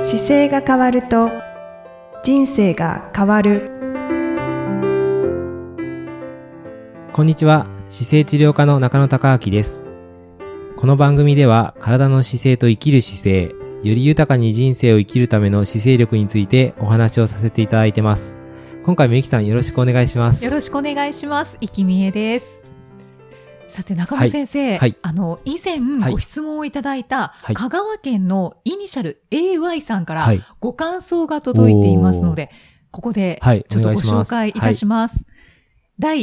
姿勢が変わると人生が変わる。 こんにちは。姿勢治療科の中野孝明です。この番組では体の姿勢と生きる姿勢、より豊かに人生を生きるための姿勢力についてお話をさせていただいてます。今回もゆきさんよろしくお願いします。 よろしくお願いします。生きみえです。さて中野先生、 はい、 以前ご質問をいただいた香川県のイニシャル AY さんからご感想が届いていますので、ここでちょっとご紹介いたします。第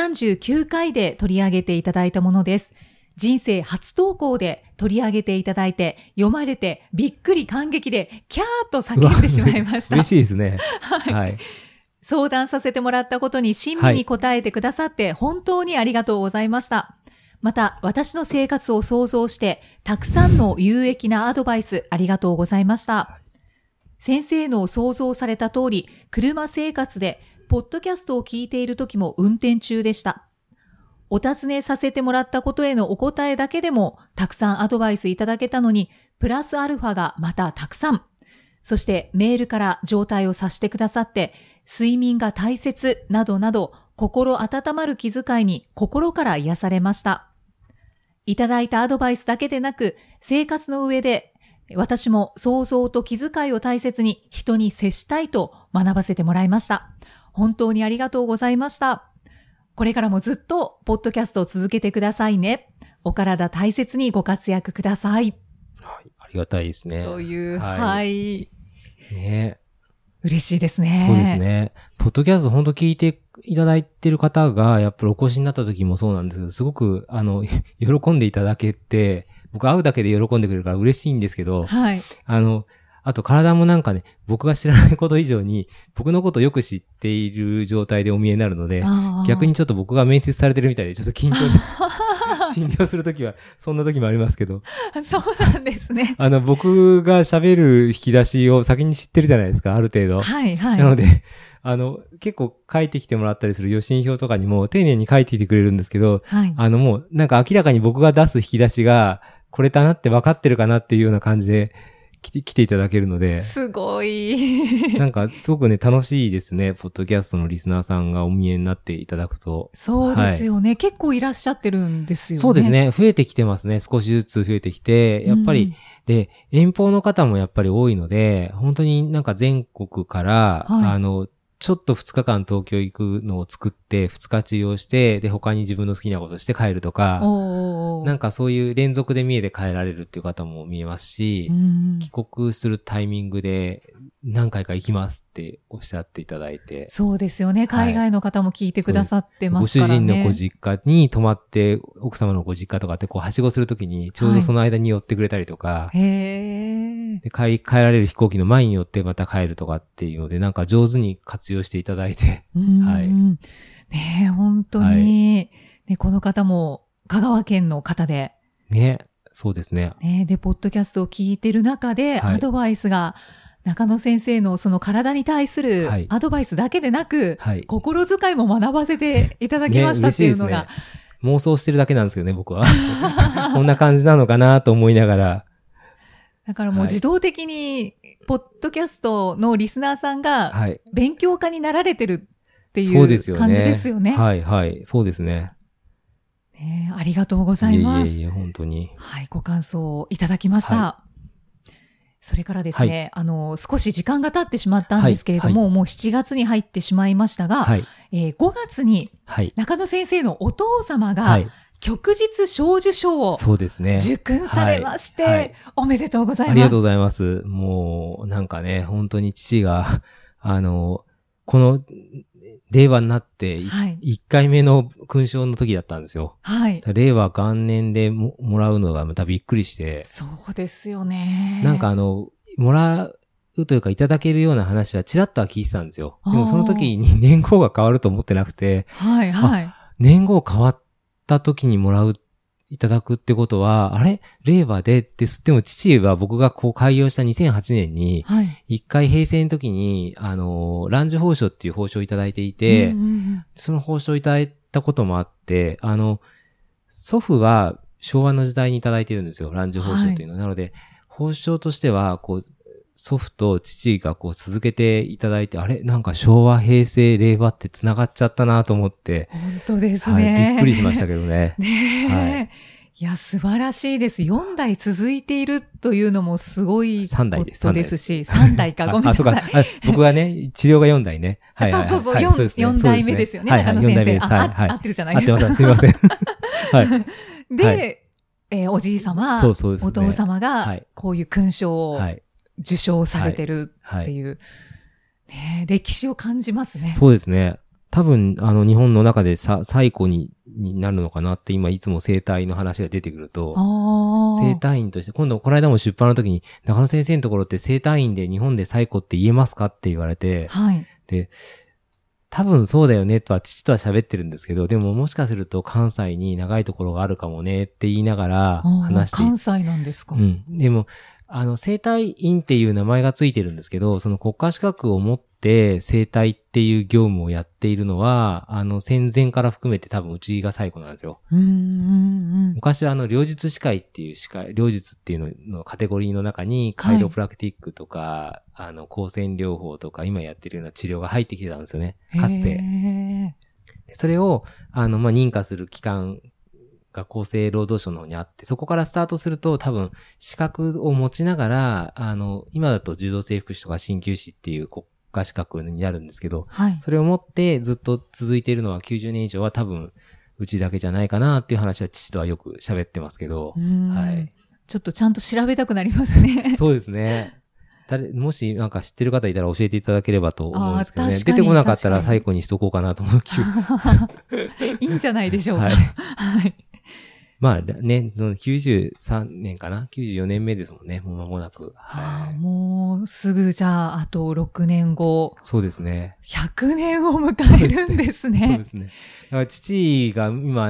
139回で取り上げていただいたものです。人生初投稿で取り上げていただいて、読まれてびっくり感激でキャーッと叫んでしまいました。 嬉しいですね。はい。 相談させてもらったことに親身に答えてくださって本当にありがとうございました。また私の生活を想像してたくさんの有益なアドバイスありがとうございました。先生の想像された通り、車生活でポッドキャストを聞いている時も運転中でした。お尋ねさせてもらったことへのお答えだけでもたくさんアドバイスいただけたのに、プラスアルファがまたたくさん。そしてメールから状態を察してくださって、睡眠が大切などなど心温まる気遣いに心から癒されました。いただいたアドバイスだけでなく、生活の上で私も想像と気遣いを大切に人に接したいと学ばせてもらいました。本当にありがとうございました。これからもずっとポッドキャストを続けてくださいね。お体大切にご活躍ください。 はい、ありがたいですね。 という、はい。 ね、 嬉しいですね。 そうですね。ポッドキャスト本当聞いていただいてる方が、やっぱりお越しになった時もそうなんですけど、すごく、喜んでいただけて、僕会うだけで喜んでくれるから嬉しいんですけど、 はい。 あと体もなんかね、僕が知らないこと以上に、僕のことをよく知っている状態でお見えになるので、逆にちょっと僕が面接されてるみたいで、ちょっと緊張で、診療するときは、そんなときもありますけど。 そうなんですね。 僕が喋る引き出しを先に知ってるじゃないですか、ある程度。 はいはい。 なので、結構書いてきてもらったりする予診票とかにも丁寧に書いてきてくれるんですけど、 はい、 もうなんか明らかに僕が出す引き出しが、これだなって分かってるかなっていうような感じで来ていただけるので。 すごい。 なんかすごくね、楽しいですね。ポッドキャストのリスナーさんがお見えになっていただくと。 そうですよね。はい、結構いらっしゃってるんですよね。 そうですね。増えてきてますね。少しずつ増えてきて。やっぱり、で、遠方の方もやっぱり多いので、本当になんか全国から、はい、ちょっと2日間東京行くのを作って2日治療して、で、他に自分の好きなことして帰るとか、なんかそういう連続で三重で帰られるっていう方も見えますし、帰国するタイミングで何回か行きますっておっしゃっていただいて。 そうですよね。海外の方も聞いてくださってますからね。 ご主人のご実家に泊まって、奥様のご実家とかってこう、はしごするときに、ちょうどその間に寄ってくれたりとか、 はい、へで帰られる飛行機の前に寄ってまた帰るとかっていうので、なんか上手に活用していただいて、はい。 ねえ、本当に、はいね、この方も香川県の方で。 ね、そうですね。 ねで、ポッドキャストを聞いてる中で、アドバイスが、中野先生のその体に対するアドバイスだけでなく、心遣いも学ばせていただきましたっていうのが。 妄想してるだけなんですけどね、僕は。こんな感じなのかなと思いながら。 だからもう自動的に、ポッドキャストのリスナーさんが、勉強家になられてるっていう感じですよね。 はいはい、そうですね。 ありがとうございます。 いえ、本当に。 はい、ご感想をいただきました。それからですね、少し時間が経ってしまったんですけれども、もう7月に入ってしまいましたが、5月に中野先生のお父様が、旭日小樹賞を受勲されまして、おめでとうございます。 ありがとうございます。もう、なんかね、本当に父が、この、令和になって、1回目の勲章の時だったんですよ。 はい。 令和元年でもらうのがまたびっくりして。 そうですよね。 なんかもらうというかいただけるような話はちらっとは聞いてたんですよ。でもその時に年号が変わると思ってなくて。 はいはい。 年号変わった時にいただくってことは、あれ令和でってでも父は僕がこう開業した2008年に、一回平成の時に、蘭寿報奨っていう報奨をいただいていて、その報奨をいただいたこともあって、祖父は昭和の時代にいただいてるんですよ、蘭寿報奨というのは。なので、報奨としては、こう、 祖父と父がこう続けていただいて、あれなんか昭和、平成、令和って繋がっちゃったなと思って。 本当ですね。 はい、びっくりしましたけどね。 ねえ。 はい。 いや、素晴らしいです。4代続いているというのもすごいことですし、3代か、ごめんなさい。 そうか。僕はね、治療が4代ね。はいはいはい、 そうそう、 はい、 4代目ですよね、 はい、 中野先生。 はい、 合ってるじゃないですか。 合ってます、すいません。はい。 で、おじい様、 そうですね、 お父様が、こういう勲章を受章されてるっていう、ね、歴史を感じますね。 そうですね。多分、日本の中で最古になるのかなって今いつも生体の話が出てくると、生体院として、この間も出版の時に、中野先生のところって生体院で日本で最古って言えますかって言われて、 はい。 で、多分そうだよねとは父とは喋ってるんですけど、でももしかすると関西に長いところがあるかもねって言いながら話して。 関西なんですか？ うん。でも、生体院っていう名前がついてるんですけど、その国家資格を持って生体っていう業務をやっているのは、戦前から含めて多分うちが最古なんですよ。昔は療術歯科医っていう療術っていうのカテゴリーの中に、カイロプラクティックとか、光線療法とか、今やってるような治療が入ってきてたんですよね。かつて。でそれを、認可する機関が厚生労働省の方にあって、そこからスタートすると多分資格を持ちながら、今だと柔道整復師とか鍼灸師っていう国家資格になるんですけど、 はい、 それを持ってずっと続いているのは90年以上は多分うちだけじゃないかなっていう話は父とはよく喋ってますけど、はい。 ちょっとちゃんと調べたくなりますね。 そうですね。もしなんか知ってる方いたら教えていただければと思うんですけどね。出てこなかったら最後にしとこうかなと思う気が。 いいんじゃないでしょうか。 はい。 はい。 まあね、93年かな ?94 年目ですもんね。もう間もなく。 はい。もうすぐじゃあ、あと6年後。 そうですね。 100年を迎えるんですね。 そうですね。だから父が今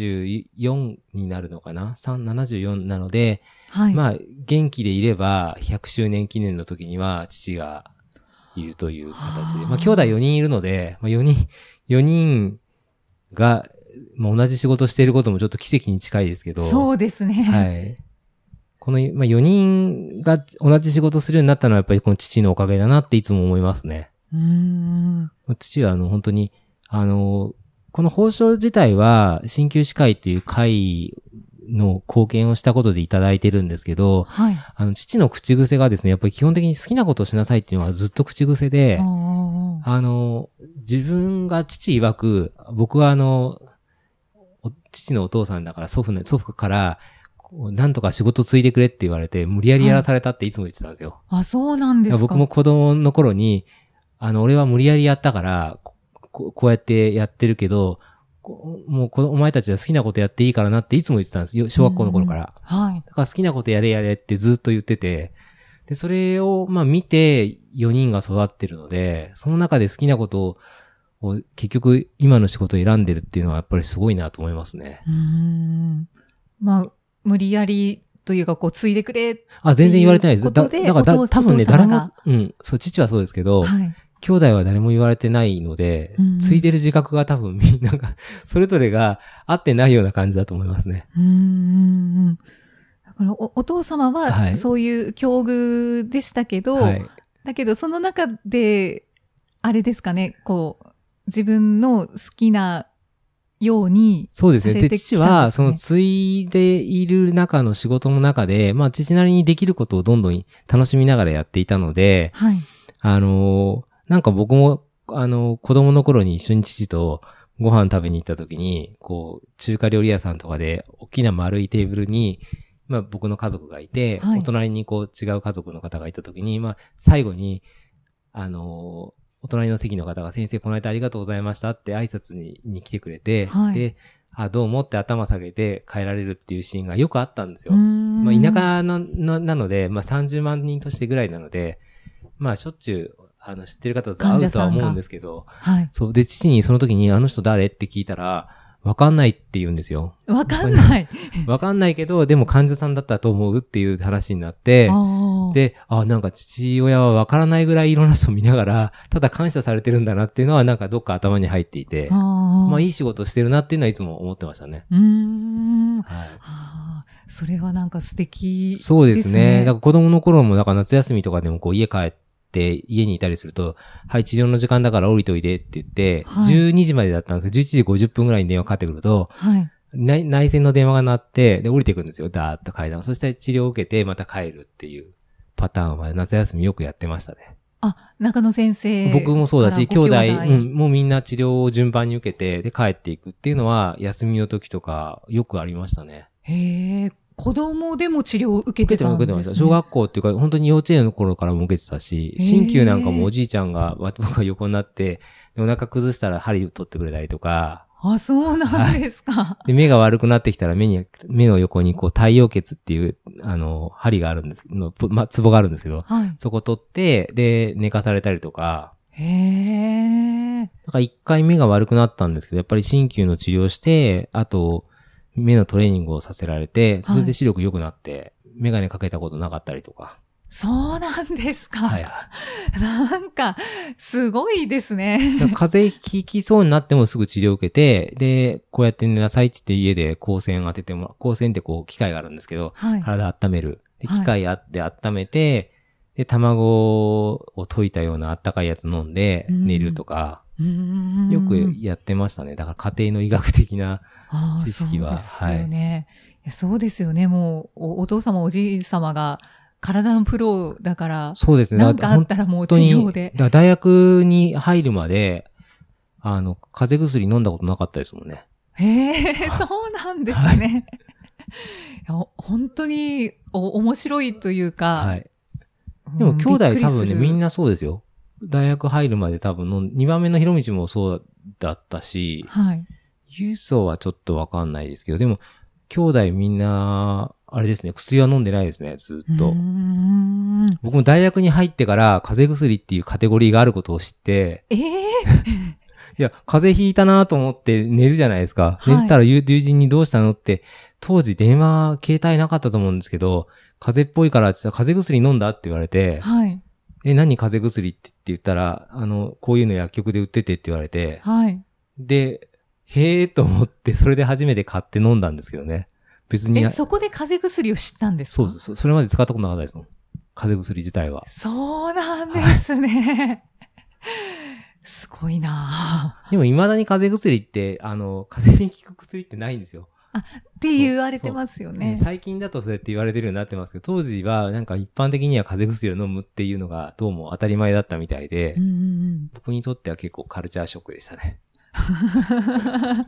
74になるのかな ?74 なので、 はい。 まあ、元気でいれば、100周年記念の時には父がいるという形で。まあ、兄弟4人いるので、まあ、4人が、まあ、同じ仕事していることもちょっと奇跡に近いですけど。 そうですね。 はい。この、まあ、4人が同じ仕事するようになったのはやっぱりこの父のおかげだなっていつも思いますね。父は本当に、この報奨自体は、鍼灸師会っていう会の貢献をしたことでいただいてるんですけど、 はい。 父の口癖がですね、やっぱり基本的に好きなことをしなさいっていうのはずっと口癖で、自分が父曰く、僕は父のお父さんだから祖父から、なんとか仕事継いでくれって言われて、無理やりやらされたっていつも言ってたんですよ。 あ、そうなんですか。 僕も子供の頃に、俺は無理やりやったから、こうやってやってるけど、もうお前たちは好きなことやっていいからなっていつも言ってたんですよ。小学校の頃から。 はい。 だから好きなことやれやれってずっと言ってて、で、それを、まあ見て4人が育ってるので、その中で好きなことを結局今の仕事を選んでるっていうのはやっぱりすごいなと思いますね。 まあ、無理やりというか、継いでくれ。 全然言われてないです。だから多分ね、誰も、そう、父はそうですけど、 はい。 兄弟は誰も言われてないので、継いでる自覚が多分みんなが、それぞれが合ってないような感じだと思いますね。 だからお父様はそういう境遇でしたけど、はい、だけどその中で、あれですかね、自分の好きなようにそうですね。で、父は、継いでいる中の仕事の中で、まあ、父なりにできることをどんどん楽しみながらやっていたので、 はい。 なんか僕も、子供の頃に一緒に父とご飯食べに行った時に、中華料理屋さんとかで、大きな丸いテーブルに、まあ僕の家族がいて、はい、お隣に違う家族の方がいた時に、まあ最後に、お隣の席の方が先生この間ありがとうございましたって挨拶に来てくれて、はい、で、どうもって頭下げて帰られるっていうシーンがよくあったんですよ。まあ田舎なので、まあ30万人としてぐらいなので、まあしょっちゅう、知ってる方と会うとは思うんですけど、 はい。 そう。で、父にその時にあの人誰って聞いたら、わかんないって言うんですよ。 わかんない。 わかんないけど、でも患者さんだったと思うっていう話になって、で、なんか父親はわからないぐらいいろんな人を見ながら、ただ感謝されてるんだなっていうのはなんかどっか頭に入っていて、まあいい仕事してるなっていうのはいつも思ってましたね。 はい。 それはなんか素敵ですね。 そうですね。だから子供の頃も、だから夏休みとかでもこう家帰って家にいたりすると、はい、治療の時間だから降りといでって言って、はい、12時までだったんですけど、11時50分ぐらいに電話かかってくると、はい、内線の電話が鳴って、で、降りてくるんですよ。ダーッと階段。そして治療を受けて、また帰るっていうパターンは夏休みよくやってましたね。 あ、中野先生。 僕もそうだし、兄弟、もうみんな治療を順番に受けて、で、帰っていくっていうのは、休みの時とか、よくありましたね。 へー。子供でも治療を受けてたんですね。受けてました。 小学校っていうか、本当に幼稚園の頃からも受けてたし、鍼灸なんかもおじいちゃんが、僕が横になって、お腹崩したら針を取ってくれたりとか。 あ、そうなんですか。 はい、で、目が悪くなってきたら目の横にこう太陽血っていう、針があるんですツボがあるんですけど、はい、そこ取って、で、寝かされたりとか。 へー。 だから一回目が悪くなったんですけど、やっぱり鍼灸の治療して、あと、目のトレーニングをさせられて、それで視力良くなって、メガネかけたことなかったりとか。 そうなんですか。 はい。 なんか、すごいですね。 風邪ひきそうになってもすぐ治療を受けて、で、こうやって寝なさいって言って家で光線当てても、光線ってこう機械があるんですけど、はい、体温める。で、機械あって温めて、で、卵を溶いたような温かいやつ飲んで寝るとか、よくやってましたね。だから家庭の医学的な知識は。 そうですよね。はい、そうですよね。もうお父様おじい様が体のプロだから、 そうですね。 なんかあったらもう治療で。 だ大学に入るまで、風邪薬飲んだことなかったですもんね。 へえ、そうなんですね。はい、本当に面白いというか。 はい。でも兄弟多分ね、みんなそうですよ。大学入るまで多分2番目の広道もそうだったし、はい。ユーソはちょっとわかんないですけど、でも、兄弟みんな、あれですね、薬は飲んでないですね、ずっと。僕も大学に入ってから風邪薬っていうカテゴリーがあることを知って、いや、風邪ひいたなと思って寝るじゃないですか。はい、寝てたら友人にどうしたのって、当時電話、携帯なかったと思うんですけど、風邪っぽいからって言ったら風邪薬飲んだって言われて、はい。何風邪薬って言ったら、こういうの薬局で売っててって言われて、はい。で、へーと思って、それで初めて買って飲んだんですけどね。別に。 そこで風邪薬を知ったんですか？ そうです。それまで使ったことなかったですもん。風邪薬自体は。 そうなんですね。はい、すごいなぁ。 でも未だに風邪薬って、風邪に効く薬ってないんですよ。 って言われてますよね。 最近だとそうやって言われてるようになってますけど、当時はなんか一般的には風邪薬を飲むっていうのがどうも当たり前だったみたいで、僕にとっては結構カルチャーショックでしたね。はい。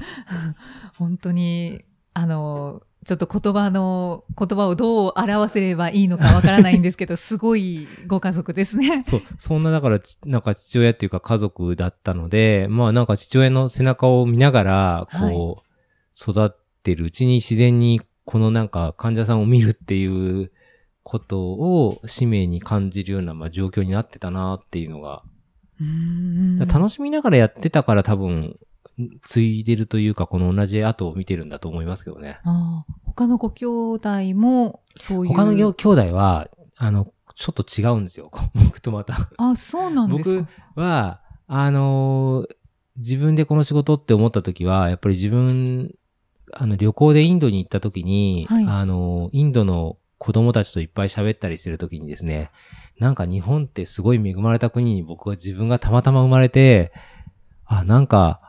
本当に、ちょっと言葉をどう表せればいいのかわからないんですけど、すごいご家族ですね。 そう。そんなだから、なんか父親っていうか家族だったので、まあなんか父親の背中を見ながら、こう、育ってるうちに自然にこのなんか患者さんを見るっていうことを使命に感じるようなまあ状況になってたなっていうのが、楽しみながらやってたから多分、継いでるというか、この同じ後を見てるんだと思いますけどね。 他のご兄弟もそういう。 他の兄弟は、ちょっと違うんですよ。僕とまた。 そうなんですか。 僕は、自分でこの仕事って思った時は、やっぱり自分、旅行でインドに行った時に、はい、インドの子供たちといっぱい喋ったりしてる時にですね、なんか日本ってすごい恵まれた国に僕は自分がたまたま生まれて、なんか、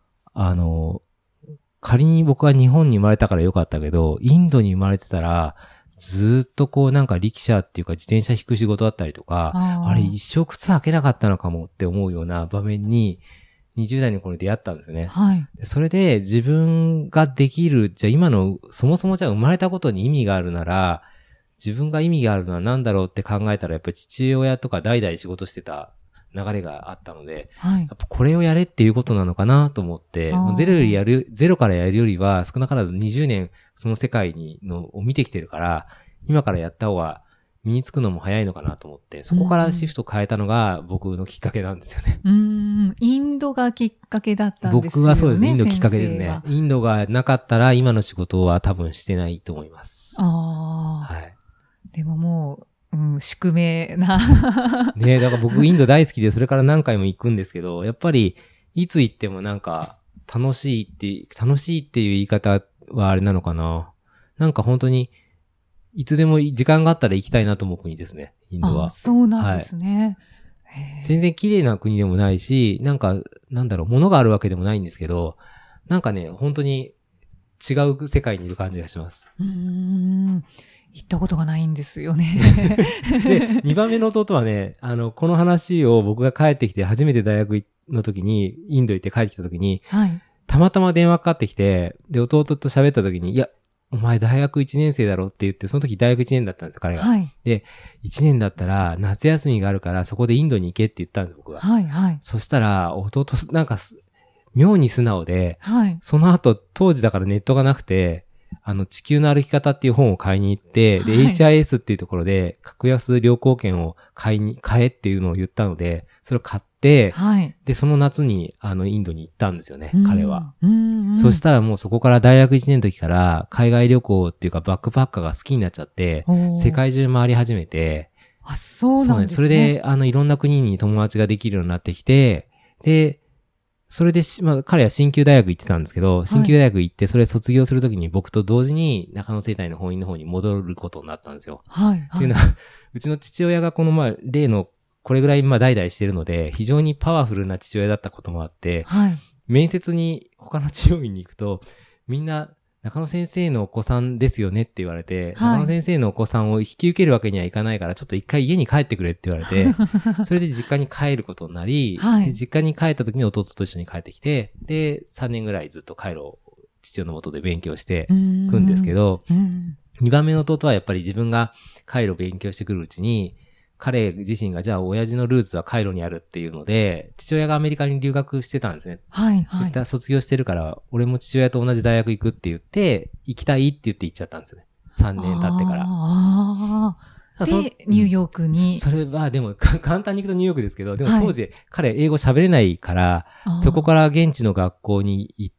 仮に僕は日本に生まれたからよかったけど、インドに生まれてたら、ずっとこうなんか力車っていうか自転車引く仕事だったりとか、あれ一生靴履けなかったのかもって思うような場面に、20代の頃に出会ったんですよね。はい。それで自分ができる、じゃあ今の、そもそもじゃあ生まれたことに意味があるなら、自分が意味があるのは何だろうって考えたら、やっぱり父親とか代々仕事してた流れがあったので、はい、やっぱこれをやれっていうことなのかなと思って、ゼロからやるよりは少なからず20年その世界を見てきてるから、今からやった方が身につくのも早いのかなと思って、そこからシフト変えたのが僕のきっかけなんですよね。 インドがきっかけだったんですよね。 僕はそうですね。インドきっかけですね。インドがなかったら今の仕事は多分してないと思います。はい。 でももう、宿命な。 ねえ、だから僕インド大好きでそれから何回も行くんですけど、やっぱりいつ行ってもなんか楽しいっていう言い方はあれなのかな。 なんか本当に、いつでも時間があったら行きたいなと思う国ですね、インドは。 そうなんですね。 全然綺麗な国でもないし、なんか、物があるわけでもないんですけど、なんかね、本当に違う世界にいる感じがします。 行ったことがないんですよね。 で、2番目の弟はね、この話を僕が帰ってきて、初めて大学の時に、インド行って帰ってきた時に、 はい、 たまたま電話かかってきて、で、弟と喋った時に、いや、お前大学1年生だろって言って、その時大学1年だったんですよ、彼が。 はい、 で、1年だったら夏休みがあるからそこでインドに行けって言ったんです、僕が。 はい、はい。 そしたら、弟、なんか、妙に素直で、 はい。 その後、当時だからネットがなくて、地球の歩き方っていう本を買いに行って、で、 はい、 HIS っていうところで、格安旅行券を買えっていうのを言ったので、それを買って、 はい。 で、その夏に、インドに行ったんですよね、彼は。 そしたらもうそこから大学1年の時から、海外旅行っていうかバックパッカーが好きになっちゃって、世界中回り始めて、 そうなんですね。 それで、いろんな国に友達ができるようになってきて、で、それで、彼は新旧大学行ってたんですけど、新旧大学行って、それ卒業するときに僕と同時に中野生態の本院の方に戻ることになったんですよ。 はい。 っていうのは、うちの父親がこの例の、これぐらい代々してるので、非常にパワフルな父親だったこともあって、 はい。 面接に他の治療院に行くと、みんな、中野先生のお子さんですよねって言われて、中野先生のお子さんを引き受けるわけにはいかないから、ちょっと一回家に帰ってくれって言われて、それで実家に帰ることになり、で実家に帰った時に弟と一緒に帰ってきて、で、3年ぐらいずっとカイロを父親の下で勉強してくんですけど、2番目の弟はやっぱり自分がカイロを勉強してくるうちに、彼自身がじゃあ親父のルーツはカイロにあるっていうので、父親がアメリカに留学してたんですね。 はいはい。 卒業してるから、俺も父親と同じ大学行くって言って、行きたいって言って行っちゃったんですよね。3年経ってから。 で、ニューヨークに。 それはでも簡単に行くとニューヨークですけど、でも当時彼英語喋れないから、そこから現地の学校に行って、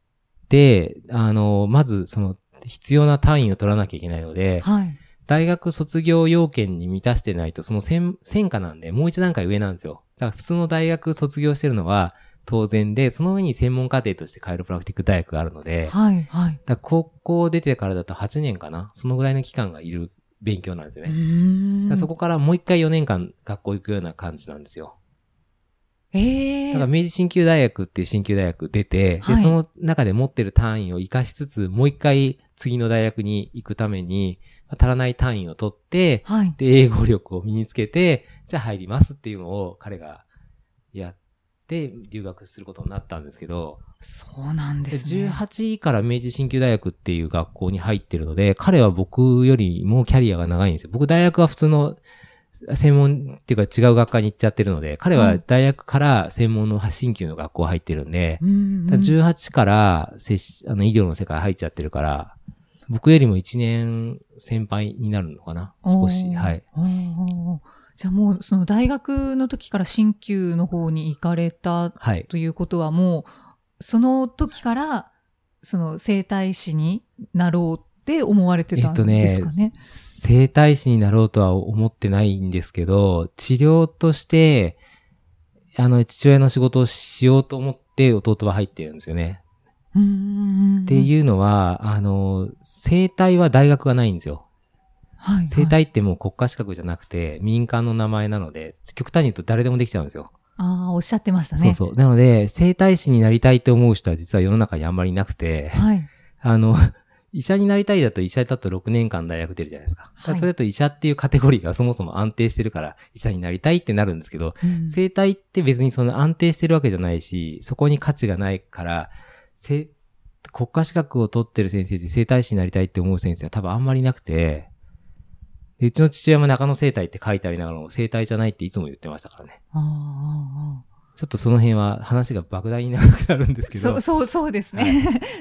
まずその必要な単位を取らなきゃいけないので、 はい大学卒業要件に満たしてないと、その専科なんで、もう一段階上なんですよ。だから普通の大学卒業してるのは当然で、その上に専門課程としてカイロプラクティック大学があるので、 はいはい。 だから高校出てからだと8年かな。そのぐらいの期間がいる勉強なんですよね。だそこからもう一回4年間学校行くような感じなんですよ。だから明治鍼灸大学っていう鍼灸大学出て、で、その中で持ってる単位を活かしつつ、もう一回次の大学に行くために、足らない単位を取って、で、英語力を身につけて、じゃあ入りますっていうのを彼がやって留学することになったんですけど、 そうなんですね。 18位から明治鍼灸大学っていう学校に入ってるので、彼は僕よりもキャリアが長いんですよ。僕大学は普通の専門っていうか違う学科に行っちゃってるので、彼は大学から専門の鍼灸の学校入ってるんで、18から医療の世界入っちゃってるから、僕よりも1年先輩になるのかな少し。はい。 じゃあもうその大学の時から鍼灸の方に行かれたということはもう、その時からその整体師になろうって思われてたんですかね。 整体師になろうとは思ってないんですけど、治療として父親の仕事をしようと思って弟は入ってるんですよね。っていうのは、整体は大学がないんですよ。はいはい、整体ってもう国家資格じゃなくて民間の名前なので、極端に言うと誰でもできちゃうんですよ。 ああ、おっしゃってましたね。 そうそう。なので、整体師になりたいと思う人は実は世の中にあんまりいなくて、はい。医者になりたいだと医者だと6年間大学出るじゃないですか。はい、それだと医者っていうカテゴリーがそもそも安定してるから医者になりたいってなるんですけど、整体って別にその安定してるわけじゃないし、そこに価値がないから、国家資格を取ってる先生で整体師になりたいって思う先生は多分あんまりいなくて、でうちの父親も中野整体って書いてありながらも整体じゃないっていつも言ってましたからね。ちょっとその辺は話が莫大に長くなるんですけど。 そうですね。はい、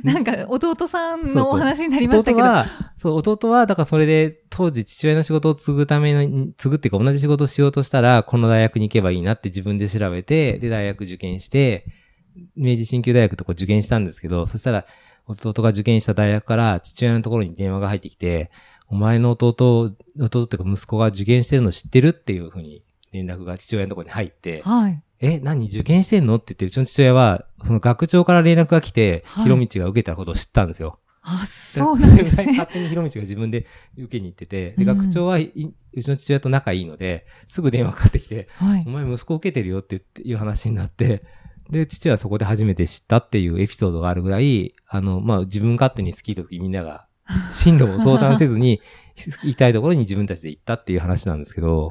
なんか弟さんのお話になりましたけど。 弟は、だからそれで当時父親の仕事を継ぐっていうか同じ仕事をしようとしたら、この大学に行けばいいなって自分で調べて、で大学受験して、明治鍼灸大学とか受験したんですけど、そしたら弟が受験した大学から父親のところに電話が入ってきて、お前の弟っていうか息子が受験してるの知ってるっていうふうに連絡が父親のところに入って、はい。何受験してんのって言って、うちの父親は、その学長から連絡が来て、はい、ひろみちが受けたことを知ったんですよ。 あ、そうなんですね。 勝手に広道が自分で受けに行ってて、で、学長はうちの父親と仲いいので、すぐ電話かかってきて、はい、お前息子受けてるよっていう話になって、で、父はそこで初めて知ったっていうエピソードがあるぐらい、まあ、自分勝手にスキーの時みんなが進路を相談せずに、行きたいところに自分たちで行ったっていう話なんですけど。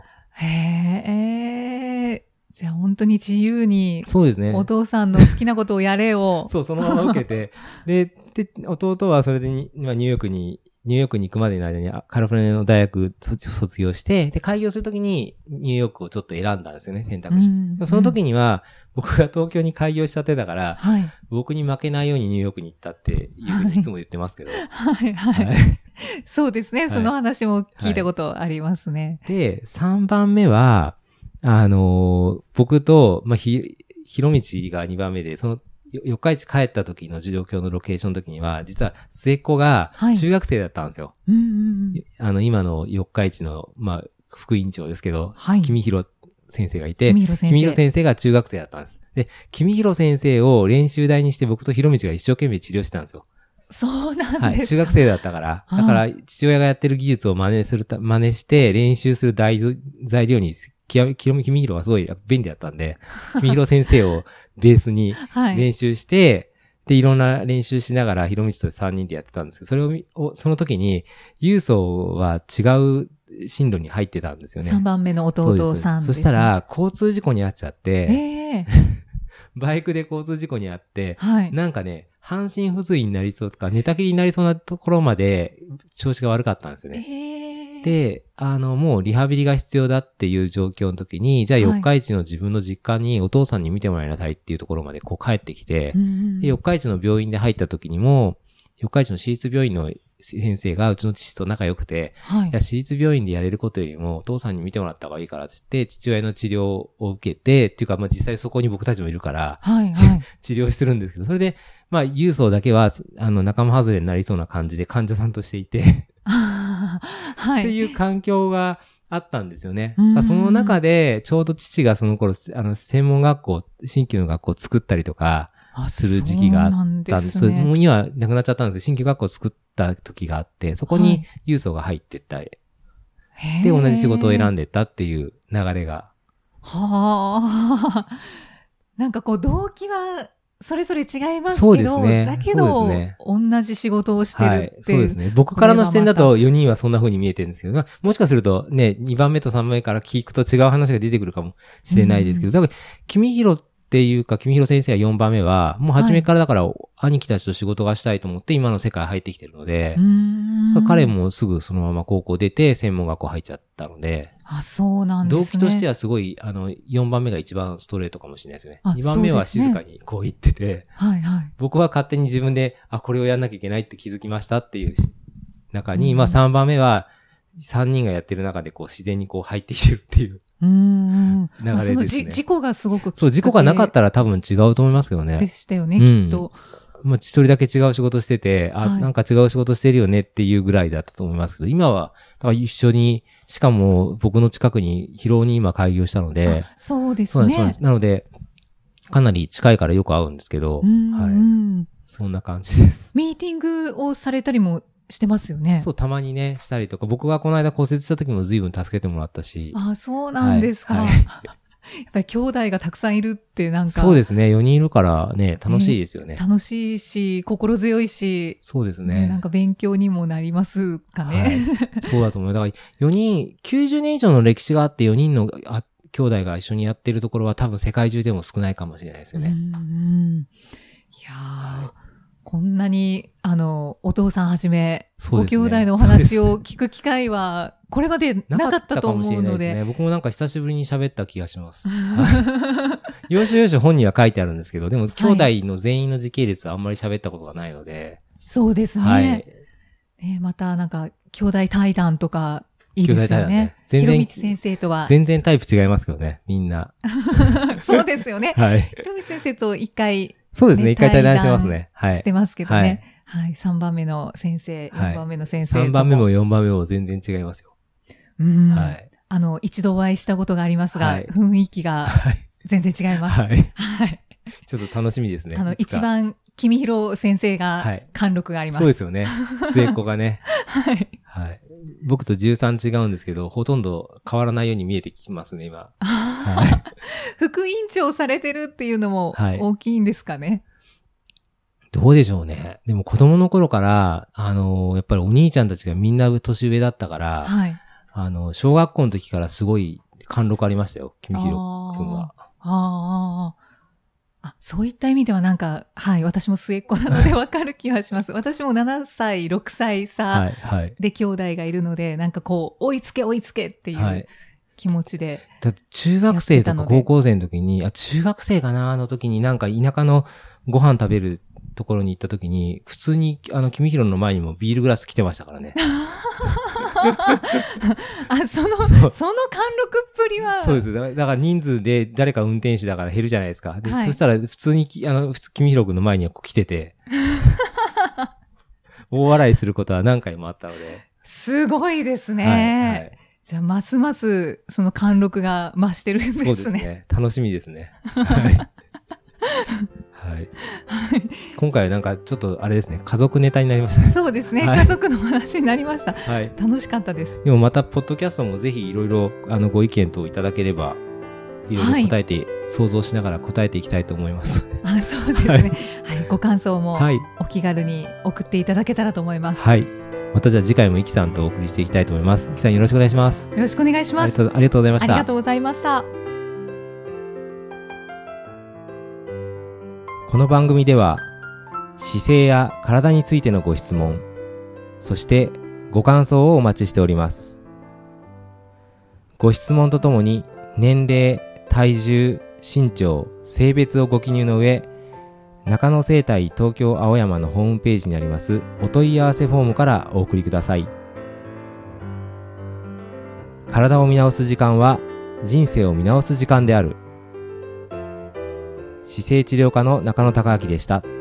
じゃあ本当に自由に。 そうですね。 お父さんの好きなことをやれを。 そう、そのまま受けて。で、弟はそれでニューヨークに行くまでの間にカリフォルニアの大学卒業して、で、開業するときにニューヨークをちょっと選んだんですよね、選択肢。でもその時には、僕が東京に開業しちゃってたから、はい、僕に負けないようにニューヨークに行ったっていうふうにいつも言ってますけど。 はいはい。そうですね、その話も聞いたことありますね。 で、3番目は、僕と、まあ、広道が2番目で、その、四日市帰った時の状況のロケーションの時には、実は末っ子が中学生だったんですよ。はい、今の四日市の、まあ、副院長ですけど、はい、君広先生がいて、君広先生が中学生だったんです。で、君広先生を練習台にして僕と広道が一生懸命治療してたんですよ。 そうなんですか。 はい、中学生だったから。だから、父親がやってる技術を真似して練習する材料に、君広はすごい便利だったんで、君広先生をベースに練習して、はい、で、いろんな練習しながら、広道と3人でやってたんですけど、その時に、郵送は違う進路に入ってたんですよね。 3番目の弟さんですね。 そしたら、交通事故に遭っちゃって、バイクで交通事故に遭って、はい、なんかね、半身不随になりそうとか、寝たきりになりそうなところまで調子が悪かったんですよね。で、もうリハビリが必要だっていう状況の時に、じゃあ四日市の自分の実家にお父さんに見てもらいなさいっていうところまでこう帰ってきて、で四日市の病院で入った時にも、四日市の私立病院の先生がうちの父と仲良くて、はい、いや私立病院でやれることよりもお父さんに見てもらった方がいいからって言って、父親の治療を受けて、っていうかまあ実際そこに僕たちもいるから、はいはい、治療するんですけど、それで、まあ郵送だけは、仲間外れになりそうな感じで患者さんとしていて、はい、っていう環境があったんですよね。その中で、ちょうど父がその頃、専門学校、新旧の学校を作ったりとか、する時期があったんです。もう今なくなっちゃったんですけど、新旧学校を作った時があって、そこに郵送が入ってったり、はい、で、同じ仕事を選んでったっていう流れが。 はあ。なんかこう、動機は、それぞれ違いますけど、そうですね、だけど、ね、同じ仕事をしてるって、はい、 そうですね。僕からの視点だと4人はそんな風に見えてるんですけど、まあ、もしかするとね、2番目と3番目から聞くと違う話が出てくるかもしれないですけど、だから、君広っていうか、君広先生は4番目は、もう初めからだから、兄貴たちと仕事がしたいと思って今の世界入ってきてるので、彼もすぐそのまま高校出て専門学校入っちゃったので、 あ、そうなんですね。 動機としてはすごい、4番目が一番ストレートかもしれないですね。2番目は静かにこう言ってて、はいはい、僕は勝手に自分で、これをやんなきゃいけないって気づきましたっていう中に、まあ3番目は3人がやってる中でこう自然にこう入ってきてるっていう。流れですね。 事故がすごくきっかけ。 そう、事故がなかったら多分違うと思いますけどね。 でしたよね、きっと。 まあ、一人だけ違う仕事してて、なんか違う仕事してるよねっていうぐらいだったと思いますけど、今は、だから一緒に、しかも僕の近くに広尾に今開業したので、 そうですね。 そうです。なので、かなり近いからよく会うんですけど、はい。そんな感じです。 ミーティングをされたりもしてますよね。 そう、たまにね、したりとか、僕がこの間骨折した時も随分助けてもらったし。 あ、そうなんですか。はいやっぱり兄弟がたくさんいるってなんか。 そうですね。4人いるからね、楽しいですよね。 楽しいし、心強いし。 そうですね。 なんか勉強にもなりますかね。 はい、そうだと思う。だから4人、90年以上の歴史があって4人の兄弟が一緒にやってるところは多分世界中でも少ないかもしれないですよね。いやー。こんなに、お父さんはじめ、ご兄弟のお話を聞く機会は、これまでなかったと思うので。なかったかもしれないですね。 僕もなんか久しぶりに喋った気がします。要所要所本には書いてあるんですけど、でも兄弟の全員の時系列はあんまり喋ったことがないので。 そうですね。はい。またなんか、兄弟対談とか、いいですよね。ひろみち先生とは。 全然タイプ違いますけどね、みんな。 そうですよね。 はい。 ひろみち先生と一回、 そうですね。一回対談してますね。 はい。してますけどね。はい。3番目の先生、4番目の先生。 3番目も4番目も全然違いますよ。 はい。一度お会いしたことがありますが、雰囲気が全然違います。 はい。はい。ちょっと楽しみですね。 一番君広先生がはい貫禄があります。 そうですよね。末っ子がね。 はい。 はい。僕と13違うんですけど、ほとんど変わらないように見えてきますね、今。はい。 副院長されてるっていうのもはい大きいんですかね。 どうでしょうね。でも子供の頃から、やっぱりお兄ちゃんたちがみんな年上だったから、 はい。 小学校の時からすごい貫禄ありましたよ、君広くんは。 そういった意味ではなんか、はい、私も末っ子なのでわかる気はします。私も7歳、6歳差で兄弟がいるので、なんかこう、追いつけ追いつけっていう気持ちで。 だって中学生とか高校生の時に、中学生かなの時になんか田舎のご飯食べるところに行った時に、普通に君広の前にもビールグラス来てましたからね。 その貫禄っぷりは。 そうです。だから人数で誰か運転手だから減るじゃないですか。でそしたら普通に、君広くんの前には来てて、大笑いすることは何回もあったので。 すごいですね。はい、じゃあ、ますますその貫禄が増してるんですね。 そうですね。楽しみですね。はいはい。今回はなんかちょっとあれですね、家族ネタになりましたね。 そうですね、はい、家族の話になりました。はい。楽しかったです。 でもまた、ポッドキャストもぜひいろいろご意見等いただければ、いろいろ答えて、はい、想像しながら答えていきたいと思います。 そうですね。はい。ご感想もお気軽に送っていただけたらと思います。 はい。またじゃあ次回もイキさんとお送りしていきたいと思います。イキさんよろしくお願いします。 よろしくお願いします。 ありがとうございました。 ありがとうございました。 この番組では姿勢や体についてのご質問、そしてご感想をお待ちしております。ご質問とともに年齢、体重、身長、性別をご記入の上、中野生態東京青山のホームページにありますお問い合わせフォームからお送りください。体を見直す時間は人生を見直す時間である。姿勢治療科の中野孝明でした。